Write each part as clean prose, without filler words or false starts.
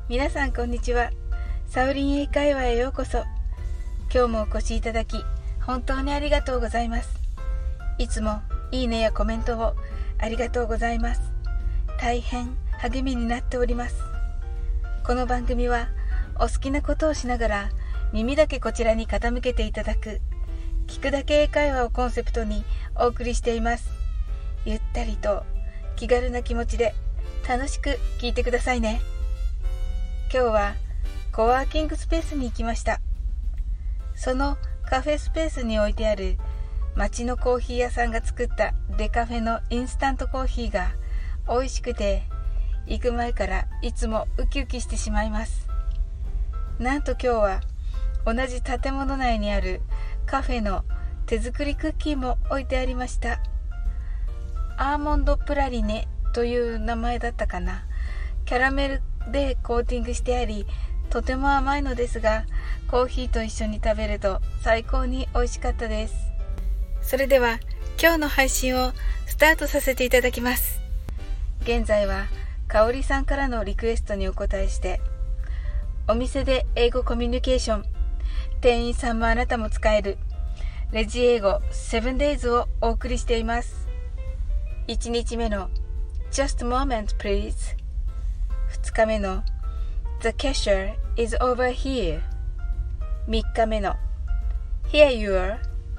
皆さんこんにちは。サウリン英会話へようこそ。今日もお越しいただき本当にありがとうございます。いつもいいねやコメントをありがとうございます。大変励みになっております。この番組はお好きなことをしながら耳だけこちらに傾けていただく聞くだけ英会話をコンセプトにお送りしています。ゆったりと気軽な気持ちで楽しく聞いてくださいね。今日はコワーキングスペースに行きました。そのカフェスペースに置いてある町のコーヒー屋さんが作ったデカフェのインスタントコーヒーが美味しくて、行く前からいつもウキウキしてしまいます。なんと今日は同じ建物内にあるカフェの手作りクッキーも置いてありました。アーモンドプラリネという名前だったかな。キャラメルでコーティングしてあり、とても甘いのですが、コーヒーと一緒に食べると最高に美味しかったです。それでは今日の配信をスタートさせていただきます。現在はかおりさんからのリクエストにお答えして、お店で英語コミュニケーション、店員さんもあなたも使えるレジ英語 7days をお送りしています。1日目の Just a moment please、 2日目の The cashier is over here、 3日目の Here you are、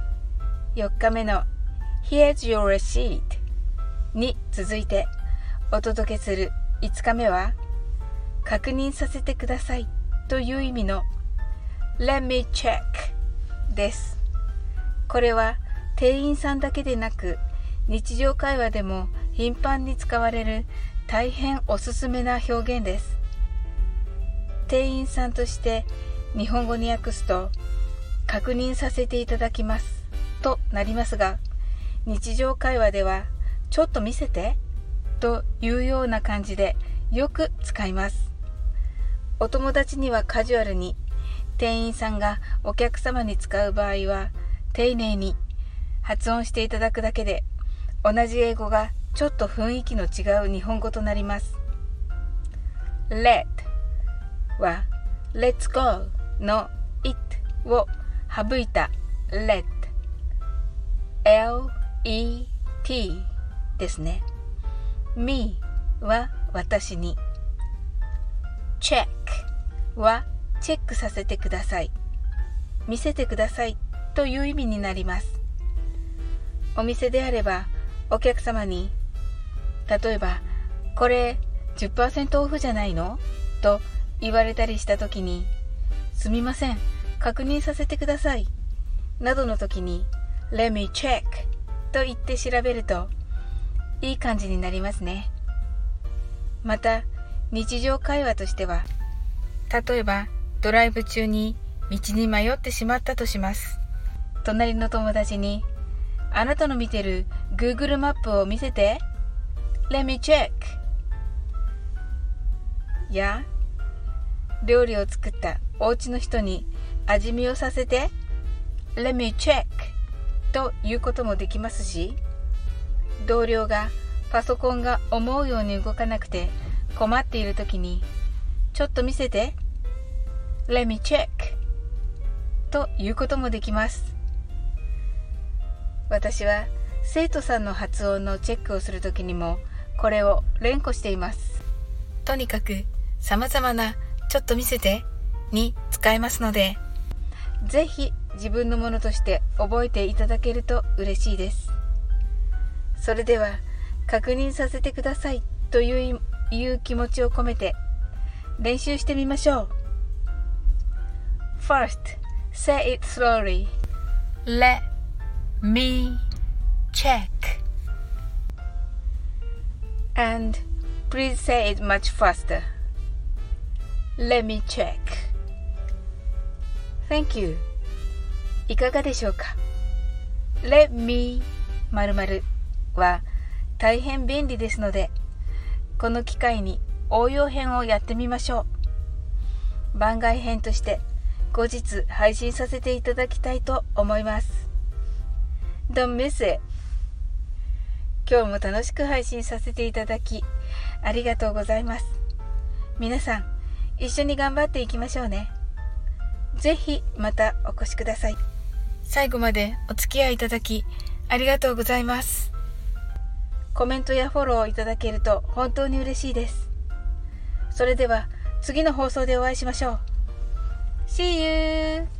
4日目の Here's your receipt に続いてお届けする5日目は、確認させてくださいという意味の Let me check です。これは店員さんだけでなく、日常会話でも頻繁に使われる大変おすすめな表現です。店員さんとして日本語に訳すと、確認させていただきますとなりますが、日常会話ではちょっと見せてというような感じでよく使います。お友達にはカジュアルに、店員さんがお客様に使う場合は丁寧に発音していただくだけで、同じ英語がちょっと雰囲気の違う日本語となります。 Let は Let's go の It を省いた Let、 L-E-T ですね。 Me は私に、 Check はチェックさせてください、見せてくださいという意味になります。お店であればお客様に、例えばこれ 10% オフじゃないのと言われたりしたときに、すみません、確認させてくださいなどのときに Let me check と言って調べるといい感じになりますね。また日常会話としては、例えばドライブ中に道に迷ってしまったとします。隣の友達に、あなたの見てる Google マップを見せて Let me check や、料理を作ったお家の人に味見をさせて Let me check ということもできますし、同僚がパソコンが思うように動かなくて困っているときに、ちょっと見せて Let me check ということもできます。私は生徒さんの発音のチェックをするときにもこれを連呼しています。とにかく様々なちょっと見せてに使えますので、ぜひ自分のものとして覚えていただけると嬉しいです。それでは確認させてくださいという気持ちを込めて練習してみましょう。 First, say it slowly. Let me check. And please say it much faster. Let me check. Thank you. いかがでしょうか。 Let me 〇〇は大変便利ですので、この機会に応用編をやってみましょう。番外編として後日配信させていただきたいと思います。Don't miss it. 今日も楽しく配信させていただきありがとうございます。皆さん一緒に頑張っていきましょうね。ぜひまたお越しください。最後までお付き合いいただきありがとうございます。コメントやフォローいただけると本当に嬉しいです。それでは次の放送でお会いしましょう。See you!